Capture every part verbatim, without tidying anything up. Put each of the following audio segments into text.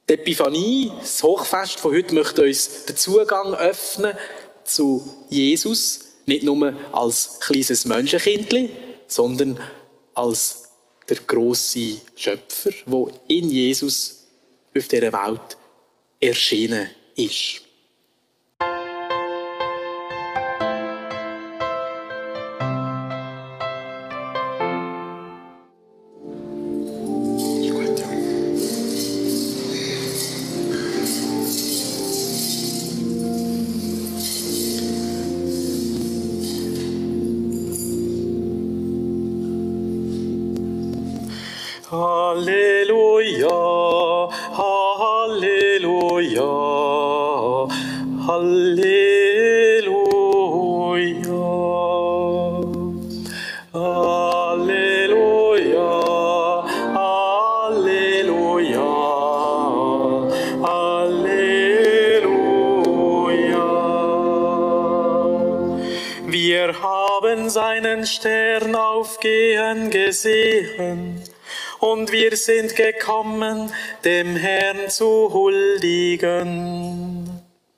Die Epiphanie, das Hochfest von heute, möchte uns den Zugang öffnen zu Jesus, nicht nur als kleines Menschenkindli, sondern als der grosse Schöpfer, der in Jesus auf dieser Welt erschienen ist. Halleluja, Halleluja, Halleluja, Halleluja, Halleluja, Halleluja. Wir haben seinen Stern aufgehen gesehen, und wir sind gekommen, dem Herrn zu huldigen.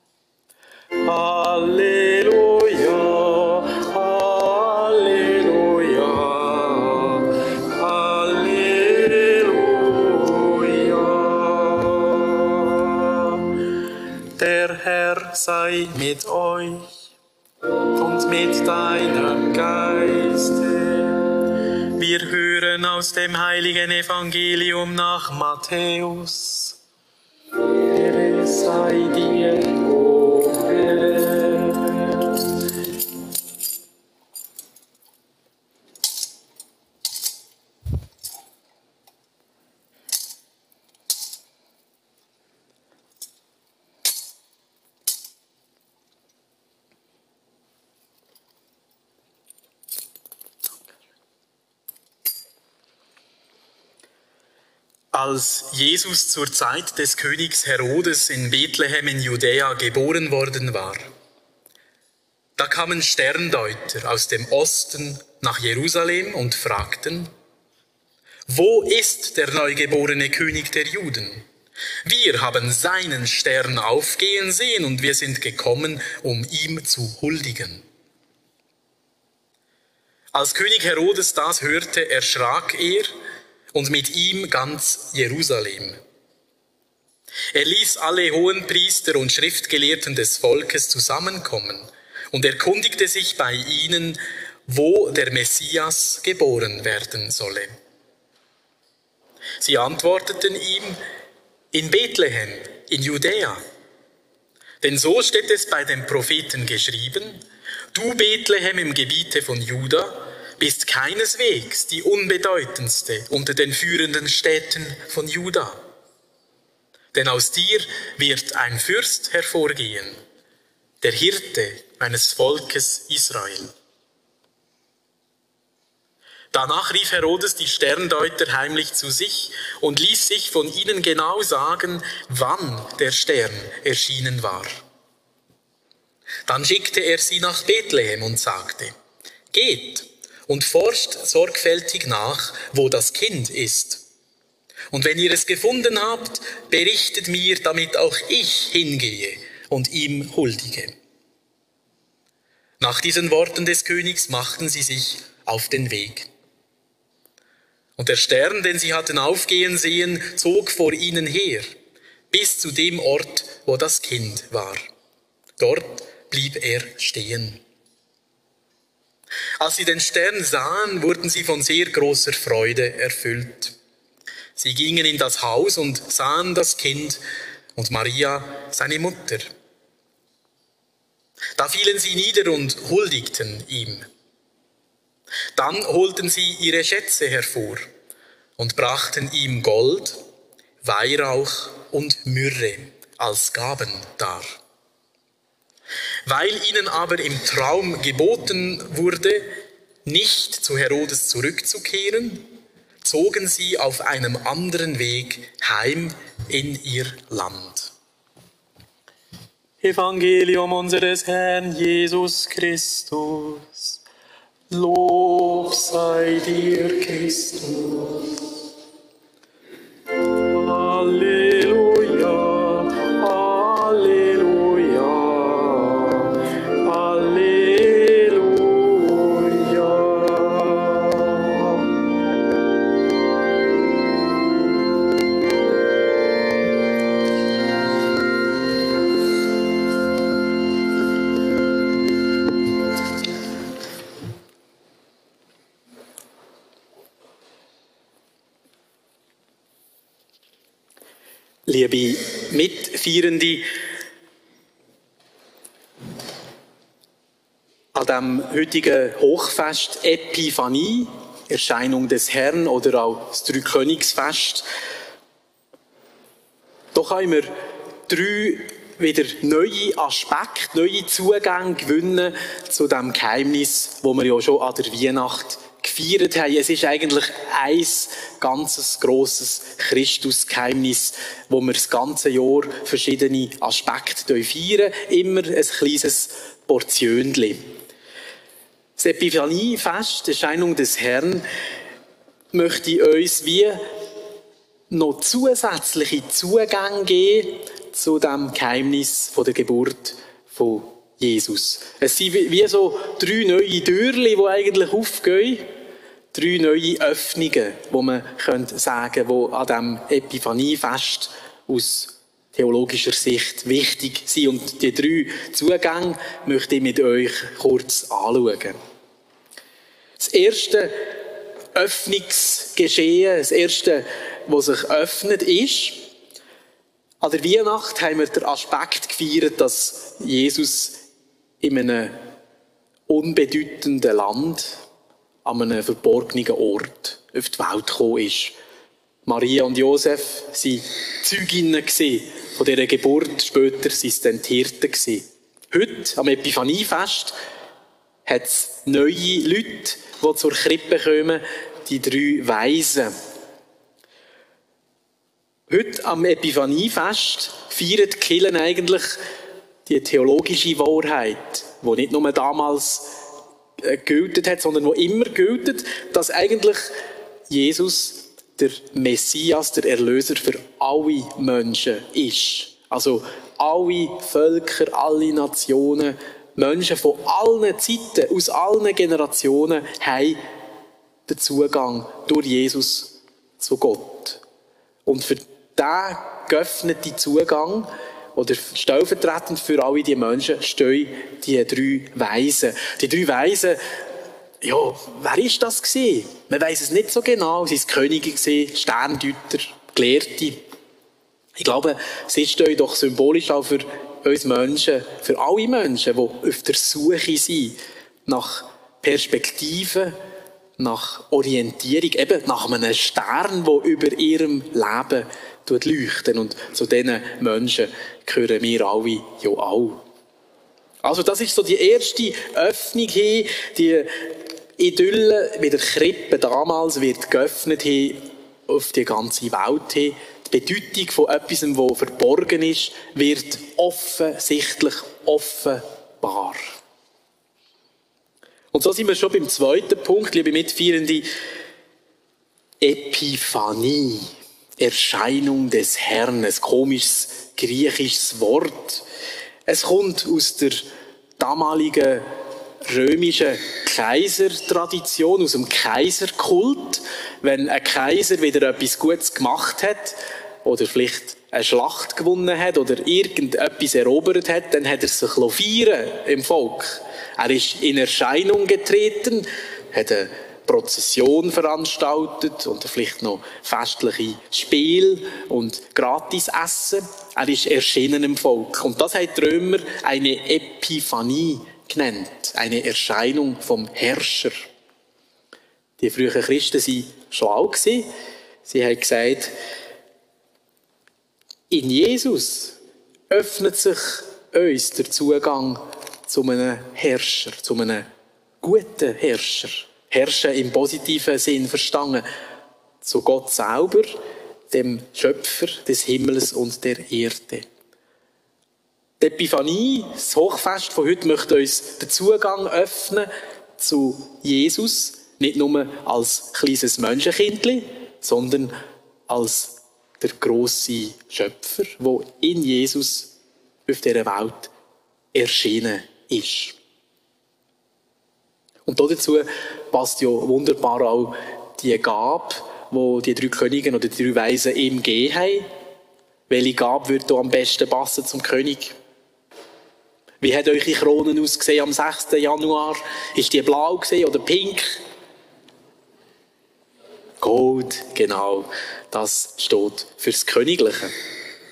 Halleluja, Halleluja, Halleluja. Der Herr sei mit euch und mit deinem Geiste. Wir hören aus dem heiligen Evangelium nach Matthäus. Ehre sei dir, o Herr. Als Jesus zur Zeit des Königs Herodes in Bethlehem in Judäa geboren worden war, da kamen Sterndeuter aus dem Osten nach Jerusalem und fragten: Wo ist der neugeborene König der Juden? Wir haben seinen Stern aufgehen sehen und wir sind gekommen, um ihm zu huldigen. Als König Herodes das hörte, erschrak er und mit ihm ganz Jerusalem. Er ließ alle Hohenpriester und Schriftgelehrten des Volkes zusammenkommen und erkundigte sich bei ihnen, wo der Messias geboren werden solle. Sie antworteten ihm: In Bethlehem, in Judäa. Denn so steht es bei den Propheten geschrieben: Du Bethlehem im Gebiete von Juda bist keineswegs die unbedeutendste unter den führenden Städten von Juda. Denn aus dir wird ein Fürst hervorgehen, der Hirte meines Volkes Israel. Danach rief Herodes die Sterndeuter heimlich zu sich und ließ sich von ihnen genau sagen, wann der Stern erschienen war. Dann schickte er sie nach Bethlehem und sagte: Geht und forscht sorgfältig nach, wo das Kind ist. Und wenn ihr es gefunden habt, berichtet mir, damit auch ich hingehe und ihm huldige. Nach diesen Worten des Königs machten sie sich auf den Weg. Und der Stern, den sie hatten aufgehen sehen, zog vor ihnen her, bis zu dem Ort, wo das Kind war. Dort blieb er stehen. Als sie den Stern sahen, wurden sie von sehr großer Freude erfüllt. Sie gingen in das Haus und sahen das Kind und Maria, seine Mutter. Da fielen sie nieder und huldigten ihm. Dann holten sie ihre Schätze hervor und brachten ihm Gold, Weihrauch und Myrrhe als Gaben dar. Weil ihnen aber im Traum geboten wurde, nicht zu Herodes zurückzukehren, zogen sie auf einem anderen Weg heim in ihr Land. Evangelium unseres Herrn Jesus Christus. Lob sei dir, Christus. Halleluja. Liebe Mitfeierende, an dem heutigen Hochfest Epiphanie, Erscheinung des Herrn oder auch das Dreikönigsfest, da können wir drei wieder neue Aspekte, neue Zugänge gewinnen zu dem Geheimnis, wo wir ja schon an der Weihnacht gefeiert haben. Es ist eigentlich ein ganzes grosses Christusgeheimnis, wo wir das ganze Jahr verschiedene Aspekte feiern, immer ein kleines Portionchen. Das Epiphaniefest, die Erscheinung des Herrn, möchte ich uns wie noch zusätzliche Zugänge geben zu dem Geheimnis von der Geburt von Jesus. Es sind wie so drei neue Türchen, die eigentlich aufgehen. Drei neue Öffnungen, die man könnte sagen, die an diesem Epiphaniefest aus theologischer Sicht wichtig sind. Und die drei Zugänge möchte ich mit euch kurz anschauen. Das erste Öffnungsgeschehen, das erste, was sich öffnet, ist, an der Weihnacht haben wir den Aspekt gefeiert, dass Jesus in einem unbedeutenden Land, an einem verborgenen Ort auf die Welt gekommen ist. Maria und Josef waren Zeuginnen von dieser Geburt, später waren es dann die Hirten. Heute, am Epiphaniefest, hat es neue Leute, die zur Krippe kommen, die drei Weisen. Heute am Epiphaniefest feiern die Kirchen eigentlich die theologische Wahrheit, die nicht nur damals gültet hat, sondern die immer gültet, dass eigentlich Jesus der Messias, der Erlöser für alle Menschen ist. Also alle Völker, alle Nationen, Menschen von allen Zeiten, aus allen Generationen haben den Zugang durch Jesus zu Gott. Und für diesen geöffneten Zugang, oder stellvertretend für alle diese Menschen, stehen die drei Weisen. Die drei Weisen, ja, wer war das gewesen? Man weiss es nicht so genau. Sie waren Könige, Sterndeuter, Gelehrte. Ich glaube, sie stehen doch symbolisch auch für uns Menschen, für alle Menschen, die auf der Suche sind nach Perspektiven, nach Orientierung, eben nach einem Stern, der über ihrem Leben leuchtet. Und zu diesen Menschen gehören wir alle ja auch. Also das ist so die erste Öffnung hin, die Idylle mit der Krippe damals wird geöffnet hin auf die ganze Welt hin. Die Bedeutung von etwas, das verborgen ist, wird offensichtlich offenbar. Und so sind wir schon beim zweiten Punkt, liebe Mitfeierende, Epiphanie, Erscheinung des Herrn, ein komisches griechisches Wort. Es kommt aus der damaligen römischen Kaisertradition, aus dem Kaiserkult. Wenn ein Kaiser wieder etwas Gutes gemacht hat, oder vielleicht eine Schlacht gewonnen hat, oder irgendetwas erobert hat, dann hat er sich feiern im Volk. Er ist in Erscheinung getreten, hat eine Prozession veranstaltet und vielleicht noch festliche Spiele und Gratisessen. Er ist erschienen im Volk. Und das hat die Römer eine Epiphanie genannt, eine Erscheinung vom Herrscher. Die frühen Christen waren schlau. Sie haben gesagt, in Jesus öffnet sich uns der Zugang zu einem Herrscher, zu einem guten Herrscher. Herrschen im positiven Sinn verstanden, zu Gott selber, dem Schöpfer des Himmels und der Erde. Die Epiphanie, das Hochfest von heute, möchte uns den Zugang öffnen zu Jesus, nicht nur als kleines Menschenkindli, sondern als der grosse Schöpfer, der in Jesus auf dieser Welt erschienen ist. Und dazu passt ja wunderbar auch die Gabe, die die drei Könige oder die drei Weisen ihm gegeben haben. Welche Gabe würde am besten passen zum König? Wie hat eure Kronen ausgesehen am sechsten Januar? Ist die blau gewesen oder pink? Gold, genau. Das steht fürs Königliche.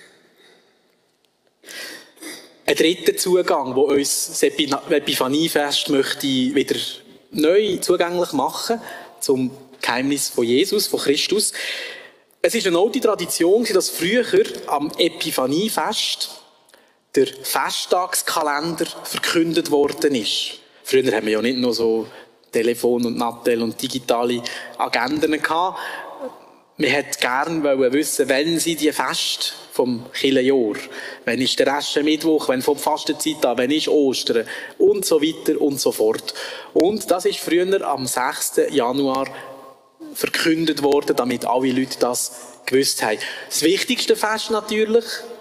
ein dritter Zugang, der uns das Epiphaniefest möchte wieder neu zugänglich machen zum Geheimnis von Jesus, von Christus. Es ist eine alte Tradition, dass früher am Epiphaniefest der Festtagskalender verkündet worden ist. Früher haben wir ja nicht nur so Telefon und Nattel und digitale Agenden gehabt. Man hätte gerne wissen, wann sind die Feste vom Kirchenjahr? Wann ist der Aschermittwoch? Wann fängt die Fastenzeit an? Wann ist Ostern? Und so weiter und so fort. Und das ist früher am sechsten Januar verkündet worden, damit alle Leute das gewusst haben. Das wichtigste Fest natürlich,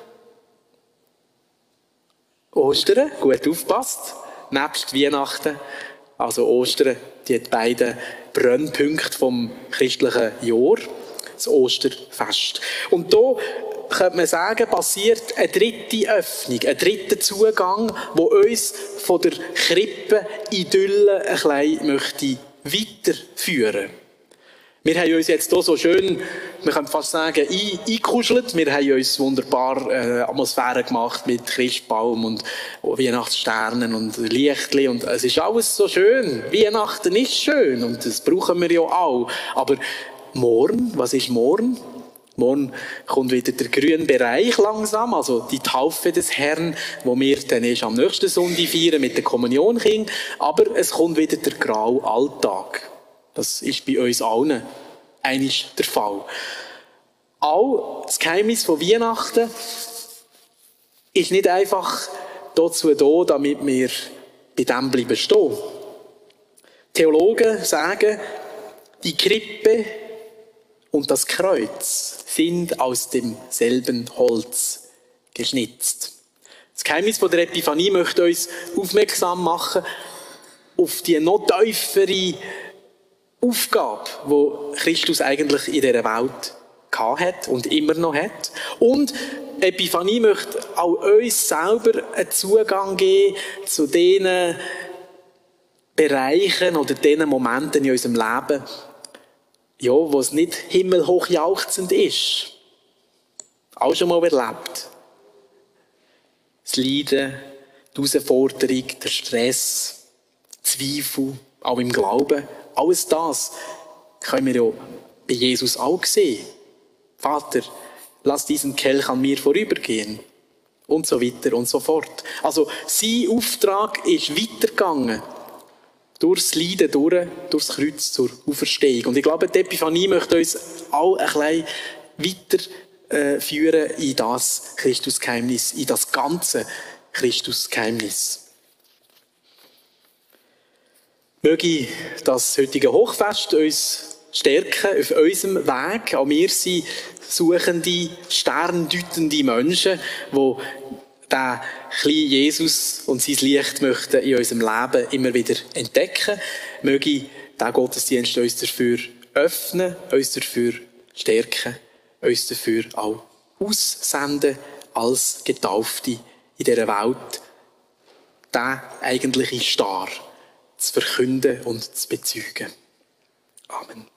Ostern, gut aufgepasst, nebst Weihnachten, also Ostern, die beiden Brennpunkte vom christlichen Jahr, das Osterfest. Und da könnte man sagen, passiert eine dritte Öffnung, ein dritter Zugang, der uns von der Krippe-Idylle ein bisschen möchte weiterführen. Wir haben uns jetzt hier so schön, man könnte fast sagen, eingekuschelt. Wir haben uns wunderbar äh, Atmosphäre gemacht mit Christbaum und Weihnachtssternen und Lichtli. Und es ist alles so schön. Weihnachten ist schön und das brauchen wir ja auch. Aber morgen, was ist morgen? Morgen kommt wieder der grüne Bereich langsam, also die Taufe des Herrn, wo wir dann erst am nächsten Sonntag feiern mit der Kommunionkind. Aber es kommt wieder der graue Alltag. Das ist bei uns allen einmal der Fall. Auch das Geheimnis von Weihnachten ist nicht einfach dazu da, damit wir bei dem bleiben stehen. Theologen sagen, die Krippe und das Kreuz sind aus demselben Holz geschnitzt. Das Geheimnis von der Epiphanie möchte uns aufmerksam machen auf die noch tiefere Aufgabe, die Christus eigentlich in dieser Welt hatte und immer noch hat. Und Epiphanie möchte auch uns selber einen Zugang geben zu den Bereichen oder den Momenten in unserem Leben, ja, wo es nicht himmelhoch jauchzend ist. Auch schon mal erlebt. Das Leiden, die Herausforderung, der Stress, Zweifel, auch im Glauben. Alles das können wir ja bei Jesus auch sehen. Vater, lass diesen Kelch an mir vorübergehen. Und so weiter und so fort. Also, sein Auftrag ist weitergegangen. Durchs Leiden durch, durchs Kreuz zur Auferstehung. Und ich glaube, die Epiphanie möchte uns auch ein bisschen weiterführen in das Christusgeheimnis, in das ganze Christusgeheimnis. Möge das heutige Hochfest uns stärken auf unserem Weg. Auch wir sind suchende, sterndeutende Menschen, die den kleinen Jesus und sein Licht möchten in unserem Leben immer wieder entdecken. Möge der Gottesdienst uns dafür öffnen, uns dafür stärken, uns dafür auch aussenden als Getaufte in dieser Welt, den eigentlichen Star zu verkünden und zu bezeugen. Amen.